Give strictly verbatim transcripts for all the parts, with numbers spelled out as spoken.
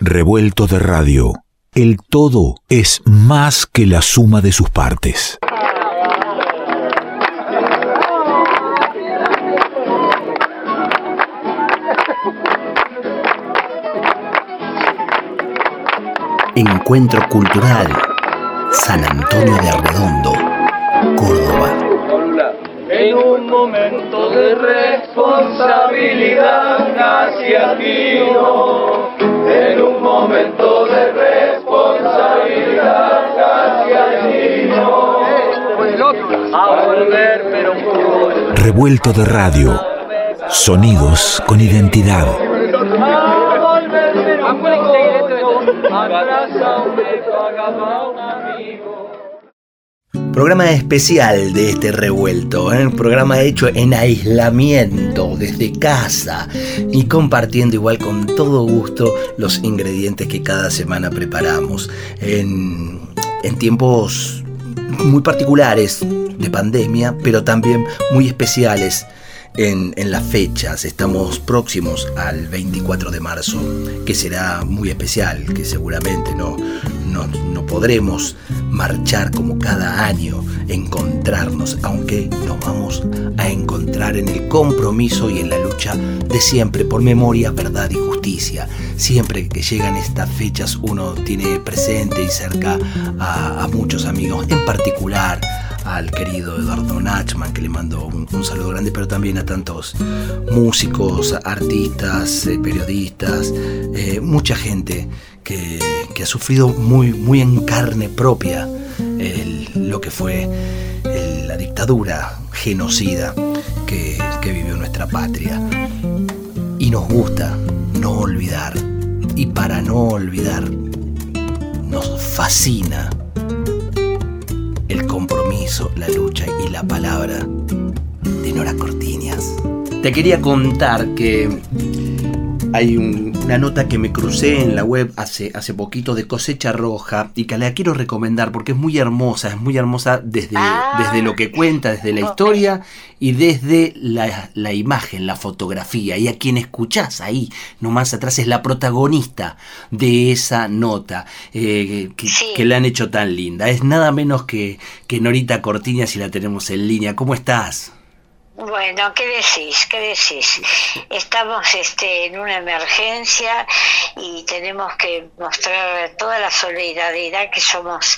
Revuelto de Radio. El todo es más que la suma de sus partes. Encuentro Cultural San Antonio de Arredondo, Córdoba. En un momento de responsabilidad hacia ti, no. En un momento de responsabilidad hacia ti, no. A volver, pero por... Revuelto de Radio. Sonidos con identidad. Programa especial de este revuelto, ¿eh? Un programa hecho en aislamiento, desde casa y compartiendo igual con todo gusto los ingredientes que cada semana preparamos en, en tiempos muy particulares de pandemia, pero también muy especiales en, en las fechas. Estamos próximos al veinticuatro de marzo, que será muy especial, que seguramente no, no, no podremos marchar como cada año, encontrarnos, aunque nos vamos a encontrar en el compromiso y en la lucha de siempre por memoria, verdad y justicia. Siempre que llegan estas fechas uno tiene presente y cerca a, a muchos amigos, en particular al querido Eduardo Nachman, que le mando un, un saludo grande, pero también a tantos músicos, artistas, eh, periodistas, eh, mucha gente que, que ha sufrido muy, muy en carne propia el, lo que fue el, la dictadura genocida que, que vivió nuestra patria. Y nos gusta no olvidar, y para no olvidar nos fascina el compromiso, la lucha y la palabra de Nora Cortiñas. Te quería contar que hay un, una nota que me crucé en la web hace, hace poquito de Cosecha Roja y que la quiero recomendar porque es muy hermosa, es muy hermosa desde, ah, desde lo que cuenta, desde la historia y desde la, la imagen, la fotografía. Y a quien escuchás ahí, nomás atrás, es la protagonista de esa nota eh, que, sí. que la han hecho tan linda. Es nada menos que, que Norita Cortiñas y la tenemos en línea. ¿Cómo estás? Bueno, ¿qué decís? ¿Qué decís? Estamos este, en una emergencia y tenemos que mostrar toda la solidaridad que somos,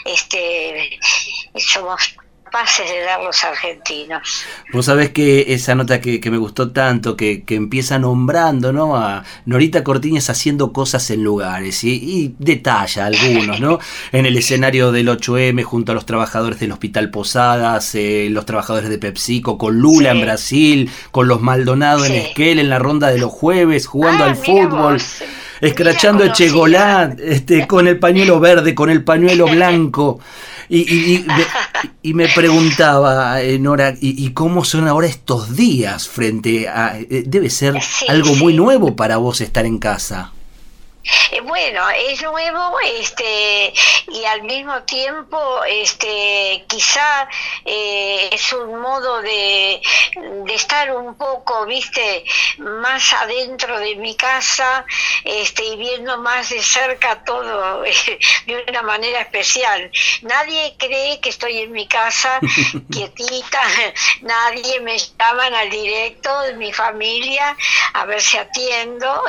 este, somos capaces de dar los argentinos. Vos sabés que esa nota que, que me gustó tanto, que, que empieza nombrando, ¿no?, a Norita Cortiñas haciendo cosas en lugares y, y detalla algunos, ¿no? En el escenario del ocho eme junto a los trabajadores del Hospital Posadas, eh, los trabajadores de PepsiCo, con Lula sí. en Brasil, con los Maldonado sí. en Esquel en la ronda de los jueves, jugando ah, al fútbol. Vos. Escrachando a Chegolat, este, con el pañuelo verde, con el pañuelo blanco. Y, y, y, me, y me preguntaba, eh, Nora, ¿y, ¿y cómo son ahora estos días frente a... Eh, debe ser sí, algo sí. muy nuevo para vos estar en casa? Eh, bueno, es nuevo, este, y al mismo tiempo, este, quizá eh, es un modo de, de estar un poco, viste, más adentro de mi casa, este, y viendo más de cerca todo eh, de una manera especial. Nadie cree que estoy en mi casa quietita, nadie me llaman al directo de mi familia a ver si atiendo,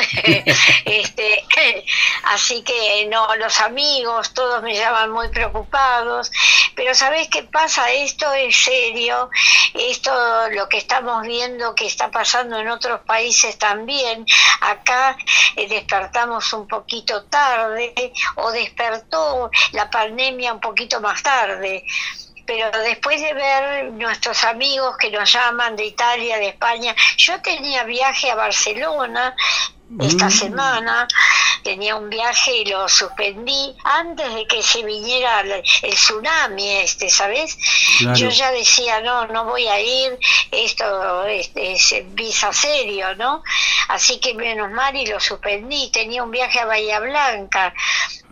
este. Así que no, los amigos, todos me llaman muy preocupados, pero ¿sabés qué pasa? Esto es serio, esto lo que estamos viendo que está pasando en otros países también. Acá eh, despertamos un poquito tarde, o despertó la pandemia un poquito más tarde. Pero después de ver nuestros amigos que nos llaman de Italia, de España, yo tenía viaje a Barcelona esta mm. semana, tenía un viaje y lo suspendí antes de que se viniera el, el tsunami este, ¿sabes? Claro. Yo ya decía, no, no voy a ir, esto este, es visa serio, ¿no? Así que menos mal y lo suspendí, tenía un viaje a Bahía Blanca.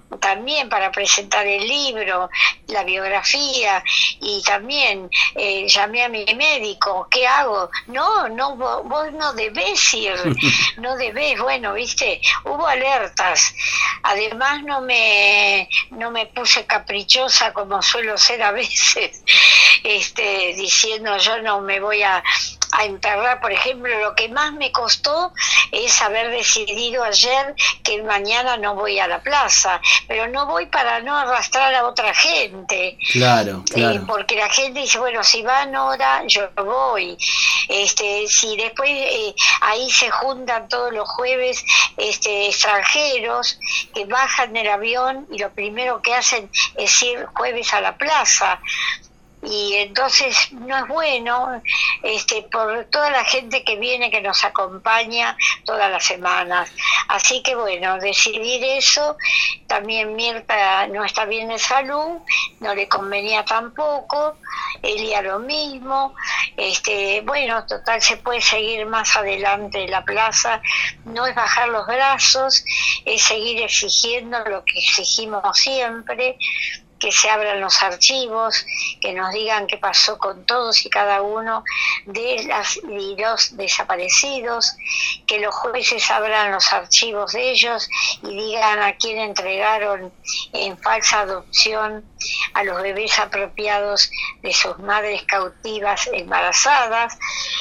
también para presentar el libro, la biografía, y también eh, llamé a mi médico, ¿qué hago? No, no, vos, vos no debés ir, no debés, bueno, viste, hubo alertas. Además no me, no me puse caprichosa como suelo ser a veces, este, diciendo yo no me voy a, a enterrar. Por ejemplo, lo que más me costó es haber decidido ayer que mañana no voy a la plaza, pero no voy para no arrastrar a otra gente. Claro, claro. Eh, porque la gente dice, bueno, si va Nora, yo voy. Este, si después eh, ahí se juntan todos los jueves este, extranjeros que bajan del avión y lo primero que hacen es ir jueves a la plaza. Y entonces no es bueno, este, por toda la gente que viene, que nos acompaña todas las semanas. Así que bueno, decidir eso. También Mirta no está bien de salud, no le convenía tampoco, Elia lo mismo. Este, bueno, total, se puede seguir más adelante en la plaza. No es bajar los brazos, es seguir exigiendo lo que exigimos siempre, que se abran los archivos, que nos digan qué pasó con todos y cada uno de las y los desaparecidos, que los jueces abran los archivos de ellos y digan a quién entregaron en falsa adopción a los bebés apropiados de sus madres cautivas embarazadas.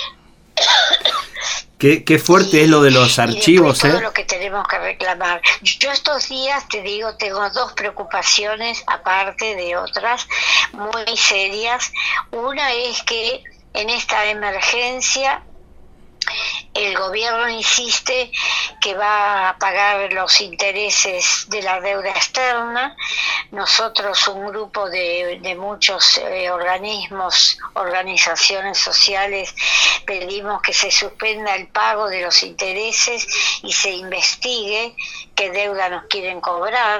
Qué, qué fuerte y, es lo de los archivos, y todo ¿eh? lo que tenemos que reclamar. Yo estos días, te digo, tengo dos preocupaciones, aparte de otras muy serias. Una es que en esta emergencia el gobierno insiste que va a pagar los intereses de la deuda externa. Nosotros, un grupo de, de muchos eh, organismos, organizaciones sociales, pedimos que se suspenda el pago de los intereses y se investigue qué deuda nos quieren cobrar.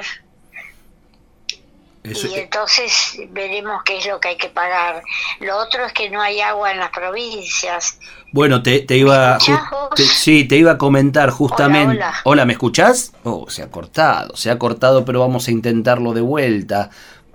Eso, y entonces veremos qué es lo que hay que pagar. Lo otro es que no hay agua en las provincias. Bueno, te, te iba te, sí, te iba a comentar justamente. Hola, hola. Hola, ¿me escuchás? Oh, se ha cortado, se ha cortado, pero vamos a intentarlo de vuelta,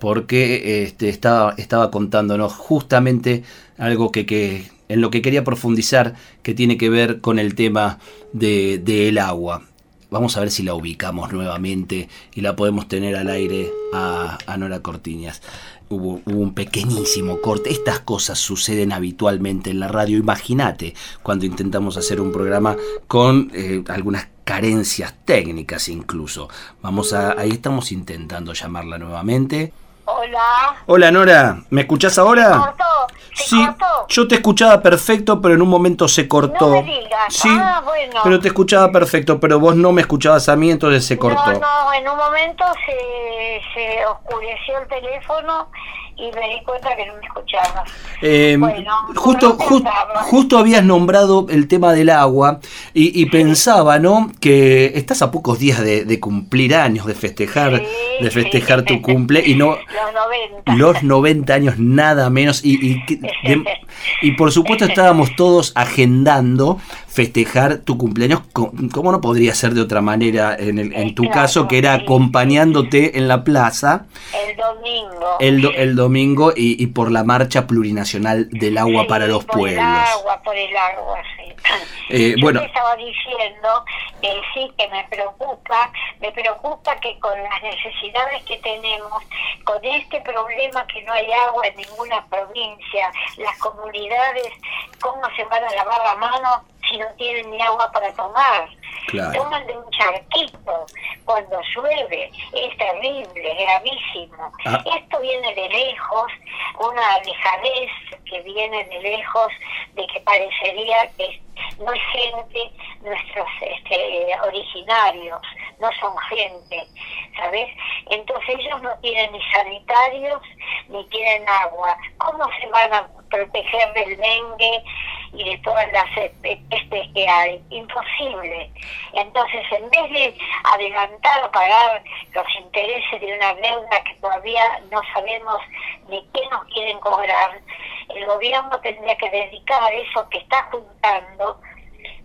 porque este, estaba, estaba contándonos justamente algo que, que en lo que quería profundizar, que tiene que ver con el tema de, de el agua. Vamos a ver si la ubicamos nuevamente y la podemos tener al aire a, a Nora Cortiñas. Hubo, hubo un pequeñísimo corte. Estas cosas suceden habitualmente en la radio. Imagínate cuando intentamos hacer un programa con eh, algunas carencias técnicas incluso. Vamos a, ahí estamos intentando llamarla nuevamente. Hola. Hola Nora, ¿me escuchás ahora? ¿Se cortó? ¿Se sí, cortó? Yo te escuchaba perfecto, pero en un momento se cortó. No me digas. Sí, ah, bueno. pero te escuchaba perfecto, pero vos no me escuchabas a mí, entonces se cortó. No, no, en un momento se, se oscureció el teléfono y me di cuenta que no me escuchabas. Eh, bueno, justo, ju, justo habías nombrado el tema del agua y, y sí. pensaba, ¿no? Que estás a pocos días de, de cumplir años, de festejar, sí. de festejar tu cumple y no los noventa, los noventa años nada menos y y, de, y por supuesto estábamos todos agendando festejar tu cumpleaños, como no podría ser de otra manera en, el, en tu claro, caso, que era sí. acompañándote en la plaza el domingo el, do, el domingo y, y por la marcha plurinacional del agua sí, para los por pueblos. El agua, por el agua, sí. Eh, Yo bueno, te estaba diciendo que eh, sí, que me preocupa, me preocupa que con las necesidades que tenemos, con este problema que no hay agua en ninguna provincia, las comunidades, ¿cómo se van a lavar la mano si no tienen ni agua para tomar? Claro. Toman de un charquito cuando llueve, es terrible, gravísimo. Ah. Esto viene de lejos, una dejadez que viene de lejos, de que parecería que no es gente, nuestros este, originarios, no son gente, ¿sabes? Entonces ellos no tienen ni sanitarios, ni tienen agua. ¿Cómo se van a proteger del dengue y de todas las pestes que hay? Imposible. Entonces, en vez de adelantar a pagar los intereses de una deuda que todavía no sabemos ni qué nos quieren cobrar, el gobierno tendría que dedicar eso que está juntando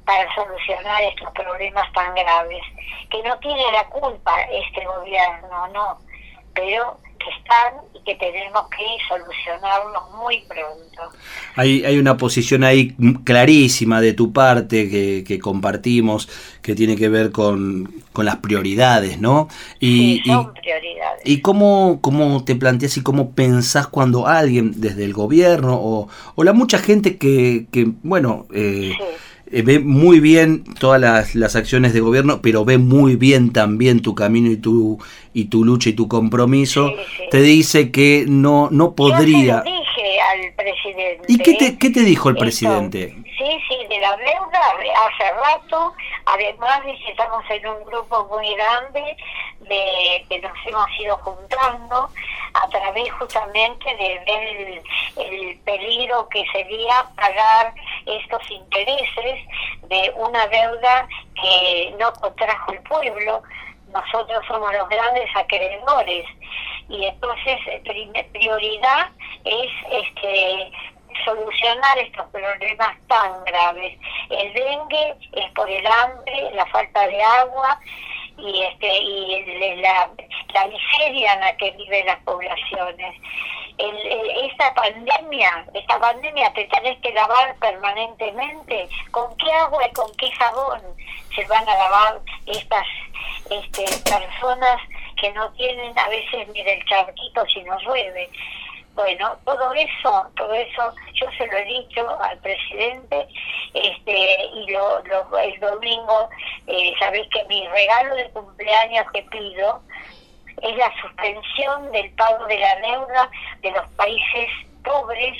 para solucionar estos problemas tan graves, que no tiene la culpa este gobierno, no, pero que están y que tenemos que solucionarlos muy pronto. Hay, hay una posición ahí clarísima de tu parte que, que compartimos, que tiene que ver con, con las prioridades, ¿no? Y, sí, son y, prioridades. ¿Y cómo, cómo te planteas y cómo pensás cuando alguien desde el gobierno o, o la mucha gente que, que bueno... Eh, sí. Eh, ve muy bien todas las, las acciones de gobierno, pero ve muy bien también tu camino y tu y tu lucha y tu compromiso, sí, sí. te dice que no no podría... Yo se lo dije al presidente. ¿Y qué te, qué te dijo el presidente? Esto, sí, sí, de la deuda hace rato, además de que estamos en un grupo muy grande de que nos hemos ido juntando a través justamente de ver el, el peligro que sería pagar estos intereses de una deuda que no contrajo el pueblo. Nosotros somos los grandes acreedores y entonces prioridad es este solucionar estos problemas tan graves. El dengue es por el hambre, la falta de agua y este y el, la, la miseria en la que viven las poblaciones. El, el, esta pandemia, esta pandemia te tenés que lavar permanentemente. ¿Con qué agua y con qué jabón se van a lavar estas este, personas que no tienen a veces ni del charquito si no llueve? Bueno, todo eso, todo eso, yo se lo he dicho al presidente, este, y lo, lo, el domingo, eh, sabés que mi regalo de cumpleaños que pido es la suspensión del pago de la deuda de los países pobres,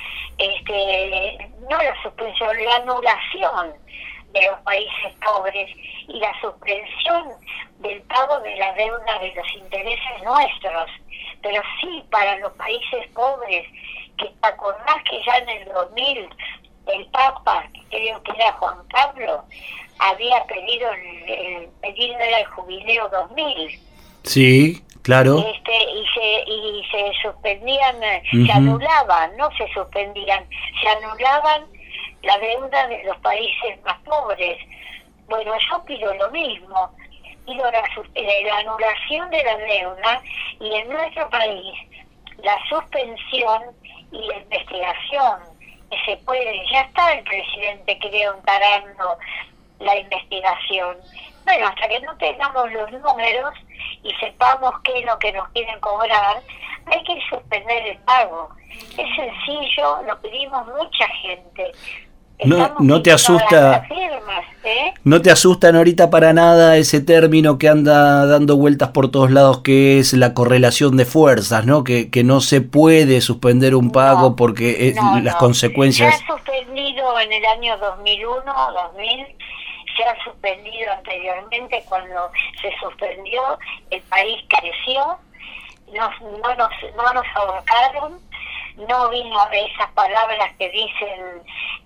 este, no la suspensión, la anulación de los países pobres y la suspensión del pago de la deuda de los intereses nuestros, pero sí para los países pobres, que te acordás que ya en el dos mil el Papa, creo que era Juan Pablo, había pedido el, el pedido era el jubileo dos mil. Sí, claro. Este, y se y se suspendían, uh-huh. se anulaban, no se suspendían, se anulaban la deuda de los países más pobres. Bueno, yo pido lo mismo, pido la, la anulación de la deuda y en nuestro país la suspensión y la investigación que se puede, ya está el presidente creo encarando la investigación. Bueno, hasta que no tengamos los números y sepamos qué es lo que nos quieren cobrar, hay que suspender el pago. Es sencillo, lo pedimos mucha gente. No, no te asusta, firmas, ¿eh? No te asustan ahorita para nada ese término que anda dando vueltas por todos lados, que es la correlación de fuerzas, ¿no? Que, que no se puede suspender un pago no, porque es, no, las no. consecuencias... Se ha suspendido en el año dos mil uno, dos mil, se ha suspendido anteriormente. Cuando se suspendió el país creció, nos, no, nos, no nos ahorcaron, no vino esas palabras que dicen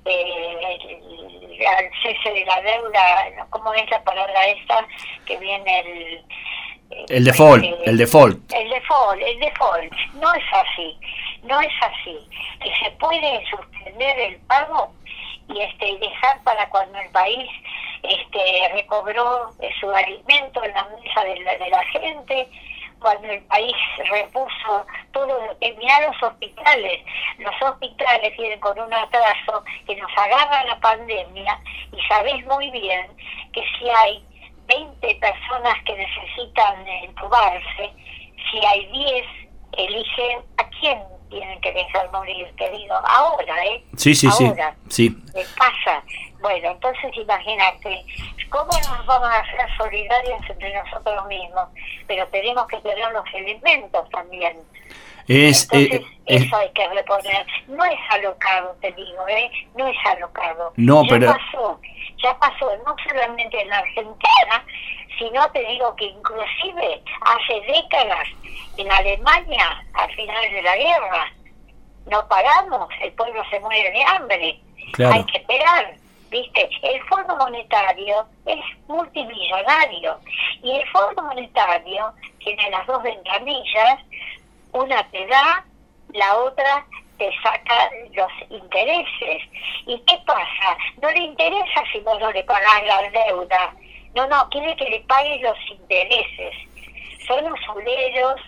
eh, al cese de la deuda, ¿cómo es la palabra esta? Que viene el... Eh, el default, eh, el default. El default, el default. No es así, no es así. Que se puede suspender el pago y este dejar para cuando el país este recobró su alimento en la mesa de la, de la gente, cuando el país repuso todo lo que... Mirá los hospitales, los hospitales vienen con un atraso que nos agarra la pandemia y sabés muy bien que si hay veinte personas que necesitan entubarse, si hay diez, eligen a quién tienen que dejar morir, te digo, ahora, ¿eh? Sí, sí, ahora, sí. ¿qué pasa? Bueno, entonces imagínate, ¿cómo nos vamos a hacer solidarios entre nosotros mismos? Pero tenemos que tener los elementos también. Es, Entonces, eh, eso eh, hay que reponer. No es alocado, te digo, ¿eh? No es alocado. No, ya pero... pasó, ya pasó, no solamente en la Argentina, sino te digo que inclusive hace décadas en Alemania, al final de la guerra, no pagamos, el pueblo se muere de hambre. Claro. Hay que esperar. ¿Viste? El Fondo Monetario es multimillonario y el Fondo Monetario tiene las dos ventanillas, una te da, la otra te saca los intereses. ¿Y qué pasa? No le interesa si vos no le pagás la deuda. No, no, quiere que le pagues los intereses. Son usureros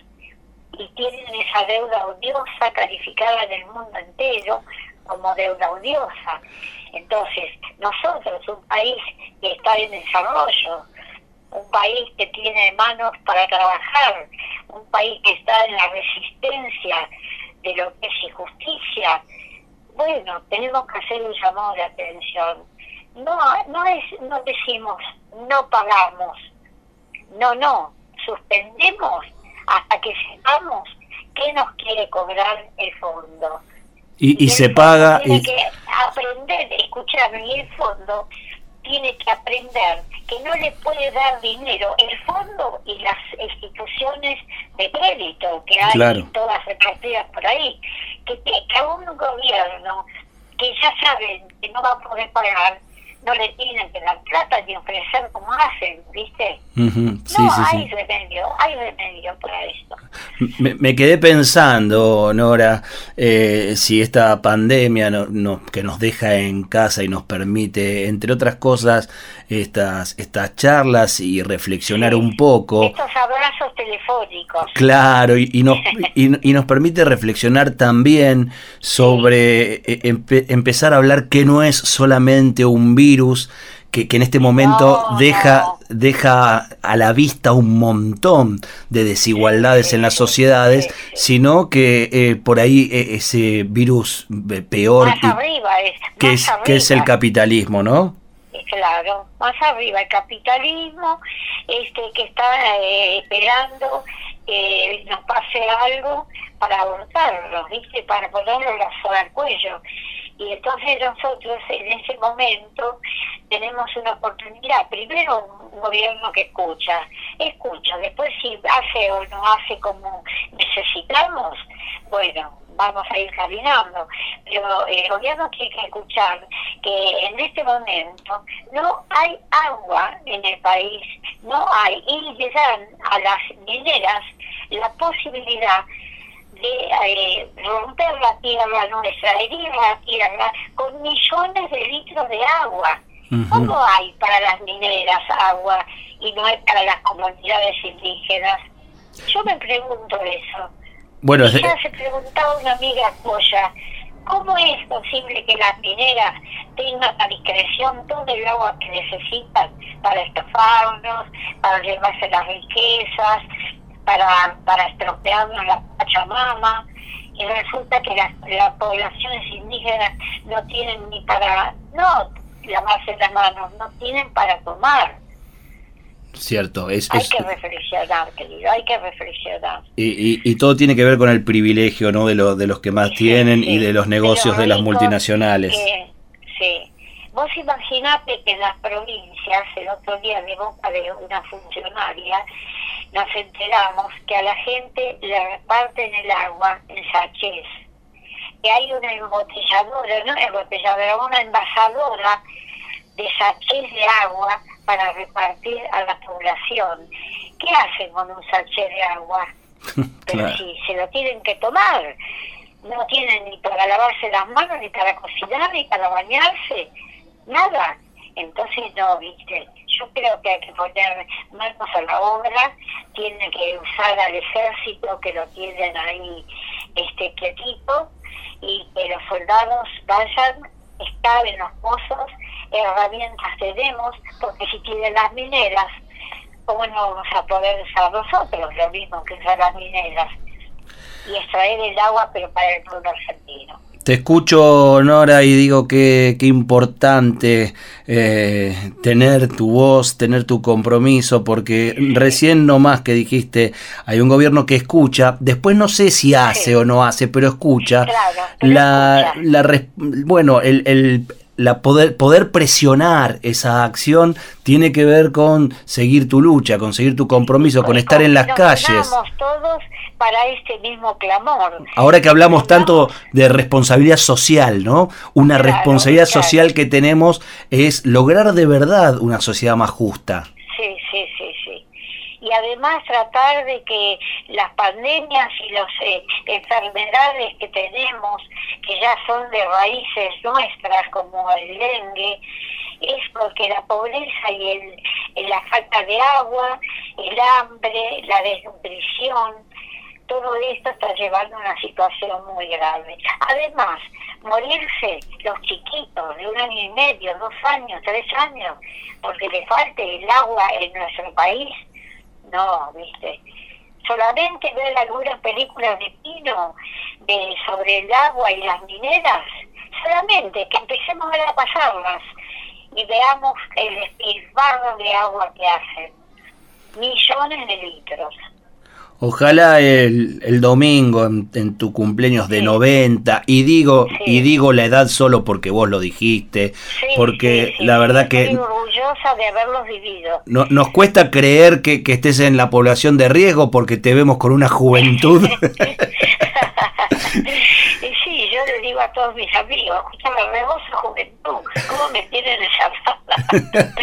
y tienen esa deuda odiosa calificada en el mundo entero como deuda odiosa. Entonces, nosotros, un país que está en desarrollo, un país que tiene manos para trabajar, un país que está en la resistencia de lo que es injusticia, bueno, tenemos que hacer un llamado de atención. No, no es, no decimos no pagamos, no, no, suspendemos hasta que sepamos qué nos quiere cobrar el fondo. Y, y, y se el paga... Tiene y... que aprender, escucharme, y el fondo tiene que aprender que no le puede dar dinero el fondo y las instituciones de crédito que hay, claro, todas repartidas por ahí, que, que a un gobierno que ya saben que no va a poder pagar, no le tienen que dar plata ni ofrecer como hacen, ¿viste? Uh-huh. Sí, no, sí, hay sí. remedio, hay remedio para esto. Me, me quedé pensando, Nora, eh, si esta pandemia no, no, que nos deja en casa y nos permite, entre otras cosas, estas, estas charlas y reflexionar Sí. un poco. Estos abrazos telefónicos. Claro, y, y, nos, y, y nos permite reflexionar también sobre eh, empe, empezar a hablar que no es solamente un virus, que, que en este momento No, deja, no. deja a la vista un montón de desigualdades Sí, en las sí, sociedades, sí, sí. sino que eh, por ahí eh, ese virus eh, peor Más y- arriba es, que, más es, arriba. que es el capitalismo, ¿no? Eh, Claro, más arriba el capitalismo, este que está eh, esperando que nos pase algo para abortarlos, ¿viste? Para ponerle la soga al cuello. Y entonces nosotros en ese momento tenemos una oportunidad. Primero, un gobierno que escucha, escucha. Después, si hace o no hace como necesitamos, bueno, vamos a ir caminando. Pero el gobierno tiene que escuchar que en este momento no hay agua en el país, no hay, y le dan a las mineras la posibilidad de eh, romper la tierra nuestra, herir la tierra con millones de litros de agua. Ujú. ¿Cómo hay para las mineras agua y no hay para las comunidades indígenas? Yo me pregunto eso. Bueno, Y ya se preguntaba una amiga tuya, ¿cómo es posible que las mineras tengan a discreción todo el agua que necesitan para estofarnos, para llevarse las riquezas, para, para estropearnos la Pachamama? Y resulta que las, las poblaciones indígenas no tienen ni para, no lavarse las manos, no tienen para tomar. cierto, es, Hay es- que reflexionar, querido, hay que reflexionar. y, y, y todo tiene que ver con el privilegio, ¿no? de, los de los que más Sí, tienen sí, y de los negocios de, los las ricos, multinacionales. que- sí. Vos imaginate que en las provincias, el otro día de boca de una funcionaria, nos enteramos que a la gente le reparten el agua en sachés. Que hay una embotelladora, no embotelladora, una envasadora de sachés de agua para repartir a la población. ¿Qué hacen con un sachet de agua? Pero Claro. si se lo tienen que tomar, no tienen ni para lavarse las manos, ni para cocinar, ni para bañarse, nada. Entonces no, viste, yo creo que hay que poner manos a la obra, tienen que usar al ejército que lo tienen ahí este quietito, y que los soldados vayan, excaven los pozos, herramientas tenemos, porque si tienen las mineras, ¿cómo no vamos a poder usar nosotros lo mismo que usar las mineras? Y extraer el agua, pero para el pueblo argentino. Te escucho, Nora, y digo que qué importante eh, tener tu voz, tener tu compromiso, porque recién nomás que dijiste, hay un gobierno que escucha, después no sé si hace Sí. o no hace, pero escucha. Claro, pero la, escucha. la res- bueno, el, el la poder, poder presionar esa acción tiene que ver con seguir tu lucha, con seguir tu compromiso, con estar en las Nos calles. unamos todos para este mismo clamor. Ahora que hablamos Nos tanto unamos- de responsabilidad social, ¿no? Una Claro, responsabilidad claro. social que tenemos es lograr de verdad una sociedad más justa. Sí, sí, sí, sí. y además tratar de que las pandemias y las eh, enfermedades que tenemos, que ya son de raíces nuestras, como el dengue, es porque la pobreza y el, la falta de agua, el hambre, la desnutrición, todo esto está llevando a una situación muy grave. Además, morirse los chiquitos de un año y medio, dos años, tres años, porque le falte el agua en nuestro país, no, viste. Solamente ver algunas películas de Pino de, sobre el agua y las mineras, solamente que empecemos a pasarlas y veamos el despilfarro de agua que hacen, millones de litros. Ojalá el, el domingo en, en tu cumpleaños de sí. noventa, y digo sí. y digo la edad solo porque vos lo dijiste, sí, porque sí, sí, la verdad sí, que estoy orgullosa de haberlos vivido. No, nos cuesta creer que, que estés en la población de riesgo porque te vemos con una juventud. Sí, yo le digo a todos mis amigos, escúchame, hermosa juventud, ¿cómo me tienen esa?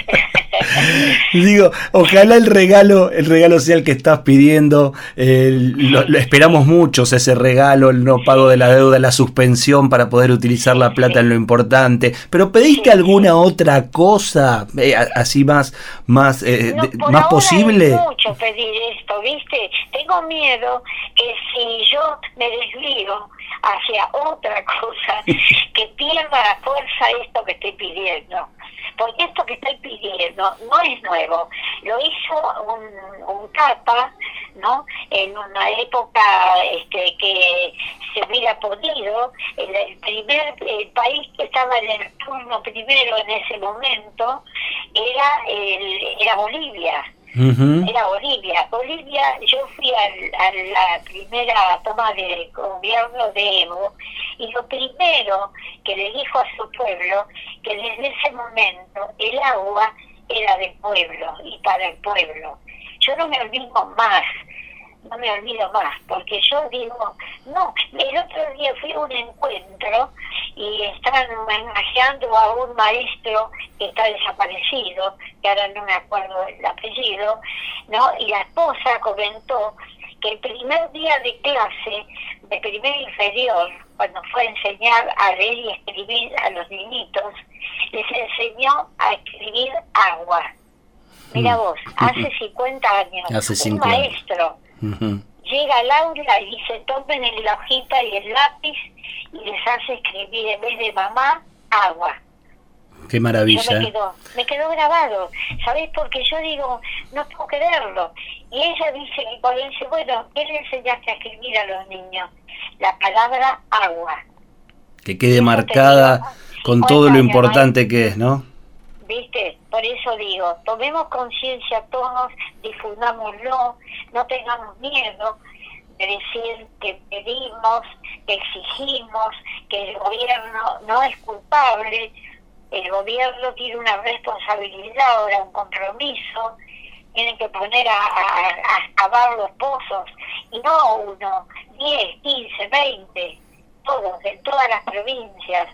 Digo, ojalá el regalo, el regalo sea el que estás pidiendo, eh, lo, lo esperamos muchos, ese regalo, el no pago de la deuda, la suspensión para poder utilizar la plata en lo importante, pero ¿pediste sí, alguna sí. otra cosa eh, así más, más, eh, no, de, más posible? Es mucho pedir esto, ¿viste? Tengo miedo que si yo me desvío hacia otra cosa, que pierda la fuerza esto que estoy pidiendo. Porque esto que estoy pidiendo no es nuevo. Lo hizo un, un Capa, ¿no? En una época este, que se hubiera podido. El, el primer el país que estaba en el turno primero en ese momento era el, era Bolivia. Uh-huh. Era Bolivia. Bolivia, yo fui al, a la primera toma de gobierno de Evo, y lo primero que le dijo a su pueblo, que desde ese momento el agua era del pueblo y para el pueblo. Yo no me olvido más, no me olvido más, porque yo digo, no, el otro día fui a un encuentro y estaban homenajeando a un maestro que está desaparecido, que ahora no me acuerdo el apellido, ¿no? Y la esposa comentó que el primer día de clase, de primer inferior, cuando fue a enseñar a leer y escribir a los niñitos, les enseñó a escribir agua. Mira vos, hace cincuenta años, hace un cinco maestro uh-huh. llega al aula y dice, tomen en la hojita y el lápiz y les hace escribir en vez de mamá, agua. Qué maravilla. Yo me quedó, me quedó grabado, ¿sabés? Porque yo digo, no puedo creerlo. Y ella dice, que cuando dice, bueno, ¿qué le enseñaste a escribir a los niños? La palabra agua. Que quede marcada digo, con todo lo importante años, que es, ¿no? ¿Viste? Por eso digo, tomemos conciencia todos, difundámoslo, no tengamos miedo de decir que pedimos, que exigimos, que el gobierno no es culpable. El gobierno tiene una responsabilidad, ahora un compromiso, tienen que poner a, a, a excavar los pozos, y no uno, diez, quince, veinte, todos, en todas las provincias,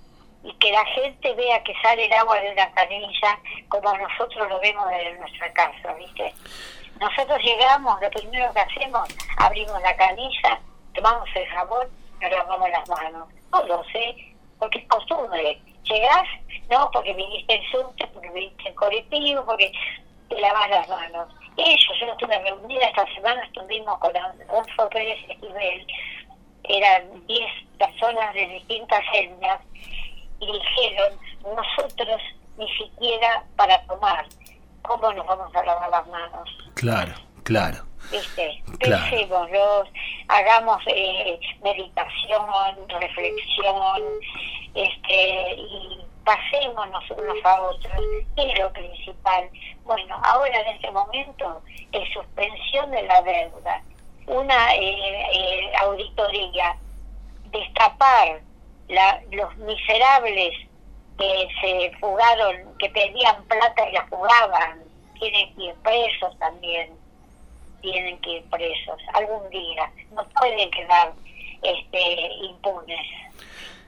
y que la gente vea que sale el agua de una canilla como nosotros lo vemos desde nuestra casa, ¿viste? Nosotros llegamos, lo primero que hacemos, abrimos la canilla, tomamos el jabón, nos lavamos las manos, todos, ¿eh? Porque es costumbre. Llegás, no, porque viniste en subte, porque viniste en colectivo, porque te lavas las manos. Ellos, yo estuve reunida esta semana, estuvimos con Adolfo Pérez Esquivel, eran diez personas de distintas etnias, y dijeron, nosotros ni siquiera para tomar, ¿cómo nos vamos a lavar las manos? Claro, claro. ¿Viste? Claro. Pensémoslo, hagamos eh, meditación, reflexión, este, y pasémonos unos a otros, que es lo principal. Bueno, ahora en este momento es suspensión de la deuda, una eh, eh, auditoría, destapar la, los miserables que se fugaron, que pedían plata y la fugaban, tienen que ir presos también, tienen que ir presos algún día, no pueden quedar este, impunes.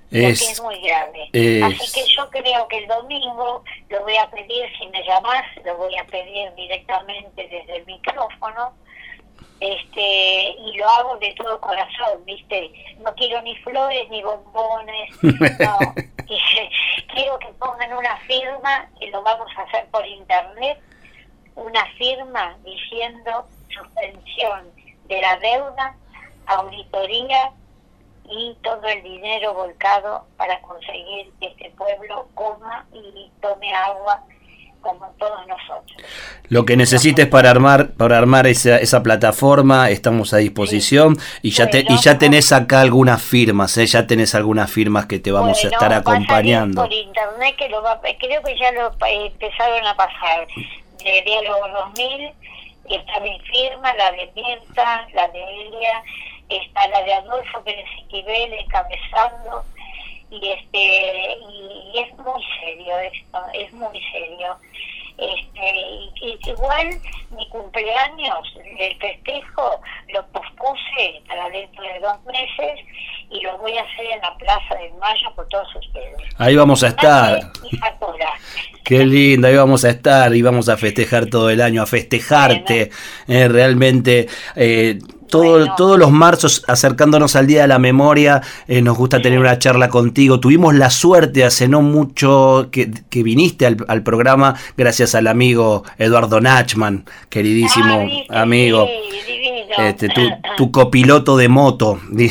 porque es, es muy grave. es... Así que yo creo que el domingo lo voy a pedir, si me llamás, lo voy a pedir directamente desde el micrófono, este y lo hago de todo corazón, ¿viste? No quiero ni flores ni bombones, no. Quiero que pongan una firma, y lo vamos a hacer por internet, una firma diciendo suspensión de la deuda, auditoría y todo el dinero volcado para conseguir que este pueblo coma y tome agua como todos nosotros. Lo que necesites para armar para armar esa, esa plataforma, estamos a disposición. Sí. y ya bueno, te, y ya tenés acá algunas firmas, ¿eh? ya tenés algunas firmas que te vamos bueno, a estar acompañando. Por internet, que lo va, creo que ya lo empezaron a pasar, de Diálogo dos mil, y está mi firma, la de Mirta, la de Elia, está la de Adolfo Pérez Esquivel encabezando, y este y, y es muy serio esto, es muy serio. Este y, y igual mi cumpleaños, el festejo, lo pospuse para dentro de dos meses y lo voy a hacer en la Plaza de Mayo por todos ustedes. Ahí vamos a estar. Qué lindo, ahí vamos a estar y vamos a festejar todo el año, a festejarte, bueno. eh, realmente. Eh, Todo, bueno. Todos los marzos, acercándonos al Día de la Memoria, eh, nos gusta tener una charla contigo. Tuvimos la suerte hace no mucho que, que viniste al, al programa, gracias al amigo Eduardo Nachman, queridísimo ah, ¿viste? amigo, sí, divino. Este, tu, tu copiloto de moto sí.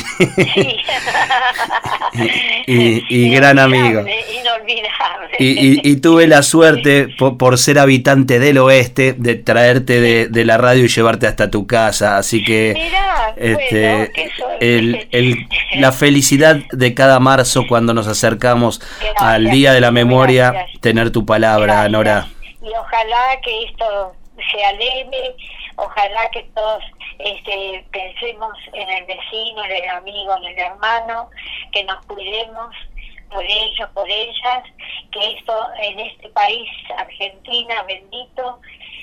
y, y, y gran amigo. Inolvidable. Y, y, y tuve la suerte, por, por ser habitante del oeste, de traerte de, de la radio y llevarte hasta tu casa, así que... Mirá, este, bueno, el, el, la felicidad de cada marzo cuando nos acercamos gracias, al Día de la Memoria, gracias. Tener tu palabra, gracias. Nora. Y ojalá que esto sea leve, ojalá que todos este, pensemos en el vecino, en el amigo, en el hermano, que nos cuidemos por ellos, por ellas, que esto en este país, Argentina, bendito,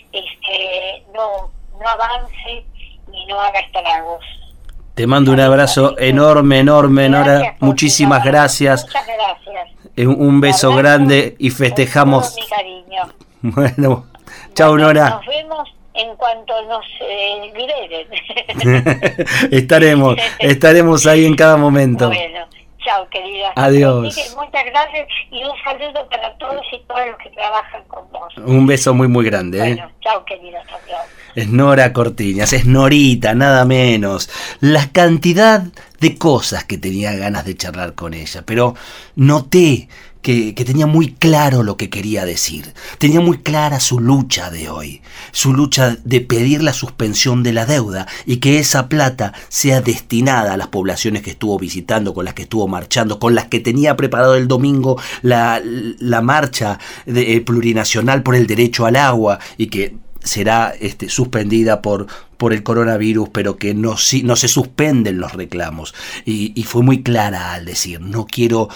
este, no, no avance y no haga estragos. Te mando un abrazo enorme, enorme, Nora. Muchísimas gracias. Muchas gracias. Un beso abrazo, grande y festejamos. Con todo mi cariño. Bueno, chao, bueno, Nora. Nos vemos en cuanto nos eh, liberen. estaremos, estaremos ahí en cada momento. Bueno, chao, querida. Adiós. Muchas gracias y un saludo para todos y todos los que trabajan con vos. Un beso muy, muy grande. Bueno, ¿eh? chao, querida. Adiós. Es Nora Cortiñas, es Norita, nada menos. La cantidad de cosas que tenía ganas de charlar con ella, pero noté que, que tenía muy claro lo que quería decir. Tenía muy clara su lucha de hoy, su lucha de pedir la suspensión de la deuda y que esa plata sea destinada a las poblaciones que estuvo visitando, con las que estuvo marchando, con las que tenía preparado el domingo la, la marcha de, eh, plurinacional por el derecho al agua y que será este, suspendida por, por el coronavirus, pero que no, si, no se suspenden los reclamos. Y, y fue muy clara al decir, no quiero,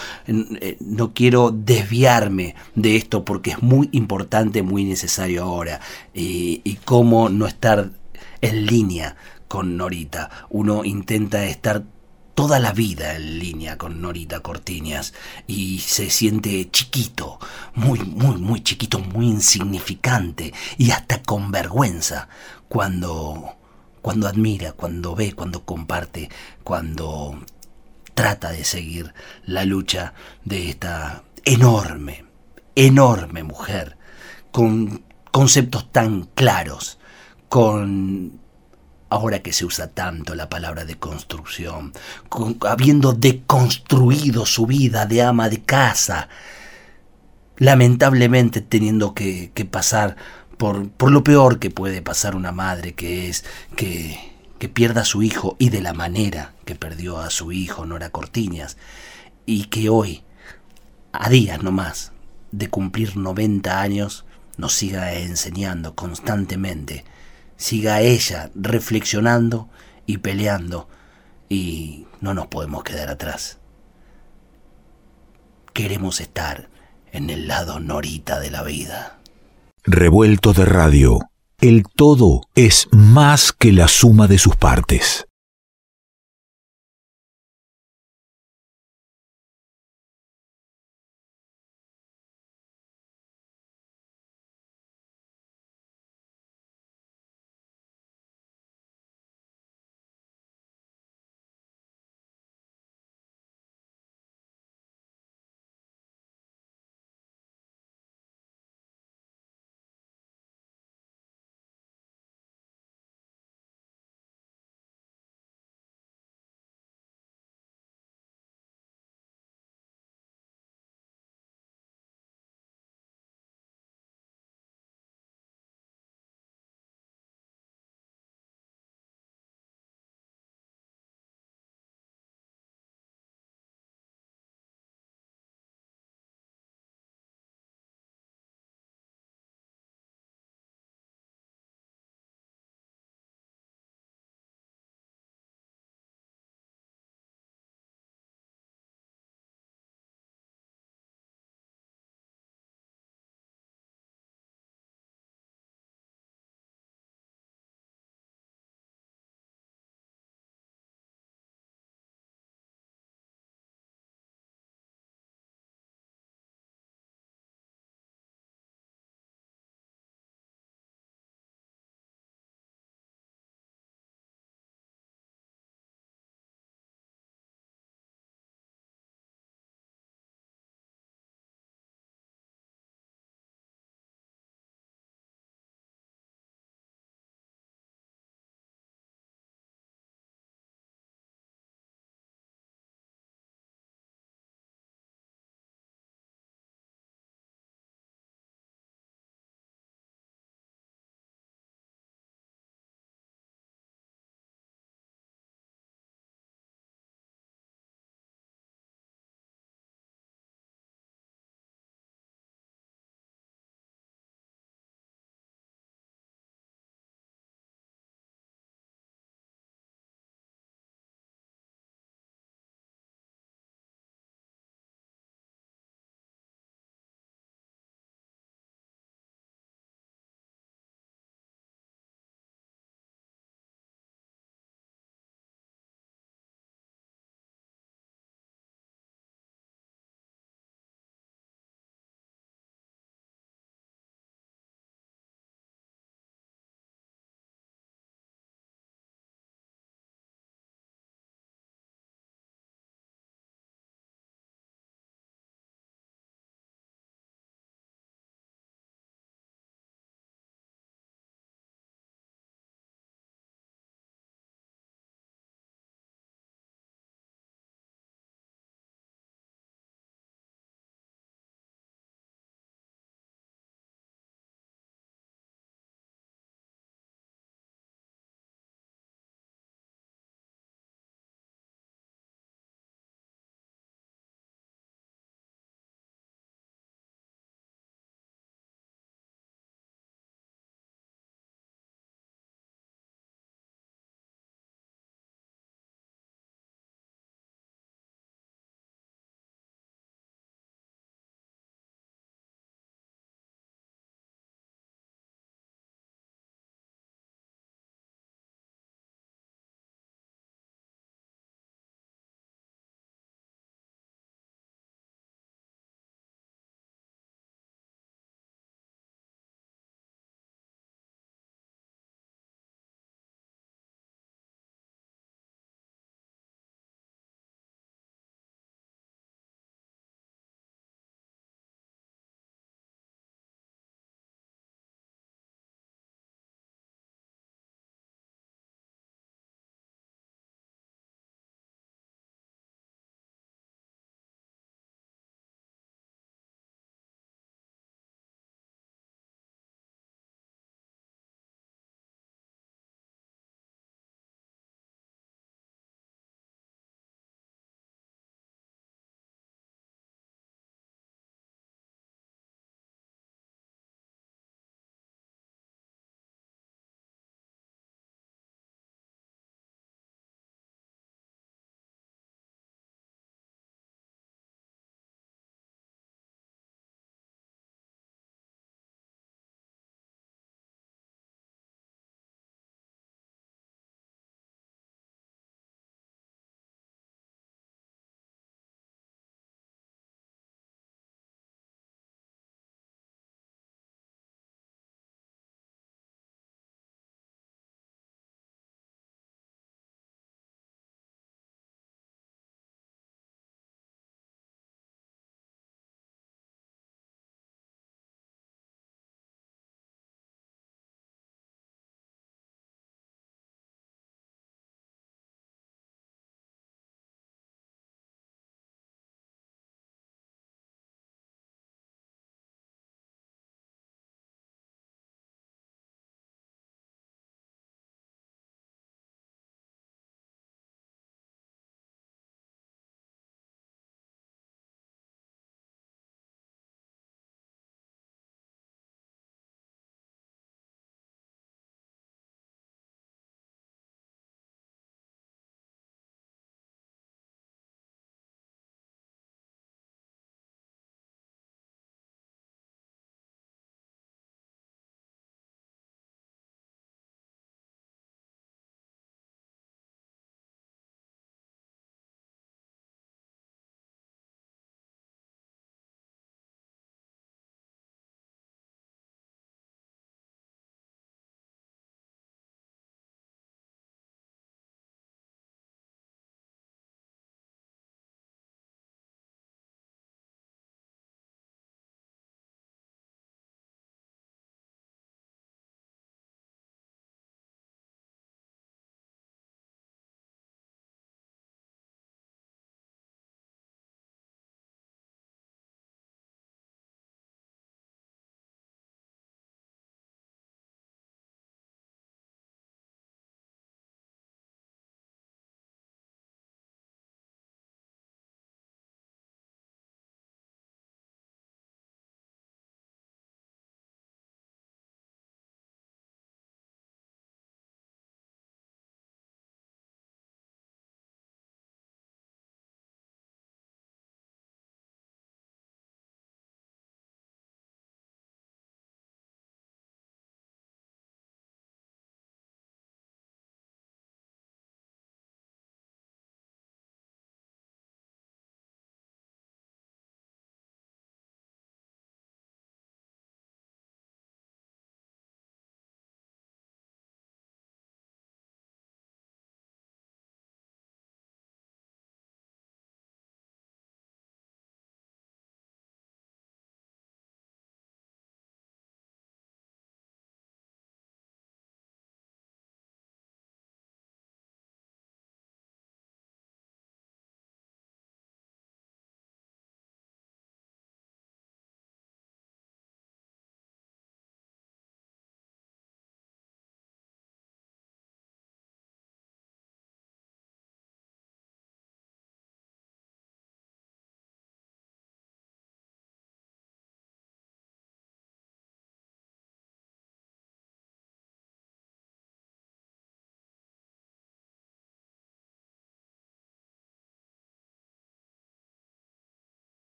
no quiero desviarme de esto porque es muy importante, muy necesario ahora. Y, y cómo no estar en línea con Norita. Uno intenta estar toda la vida en línea con Norita Cortiñas y se siente chiquito, muy, muy, muy chiquito, muy insignificante y hasta con vergüenza cuando, cuando admira, cuando ve, cuando comparte, cuando trata de seguir la lucha de esta enorme, enorme mujer con conceptos tan claros, con... Ahora que se usa tanto la palabra deconstrucción, con, habiendo deconstruido su vida de ama de casa, lamentablemente teniendo que, que pasar por, por lo peor que puede pasar una madre, que es que, que pierda a su hijo y de la manera que perdió a su hijo Nora Cortiñas, y que hoy, a días nomás de cumplir noventa años, nos siga enseñando constantemente, siga ella reflexionando y peleando, y no nos podemos quedar atrás. Queremos estar en el lado Norita de la vida. Revuelto de Radio. El todo es más que la suma de sus partes.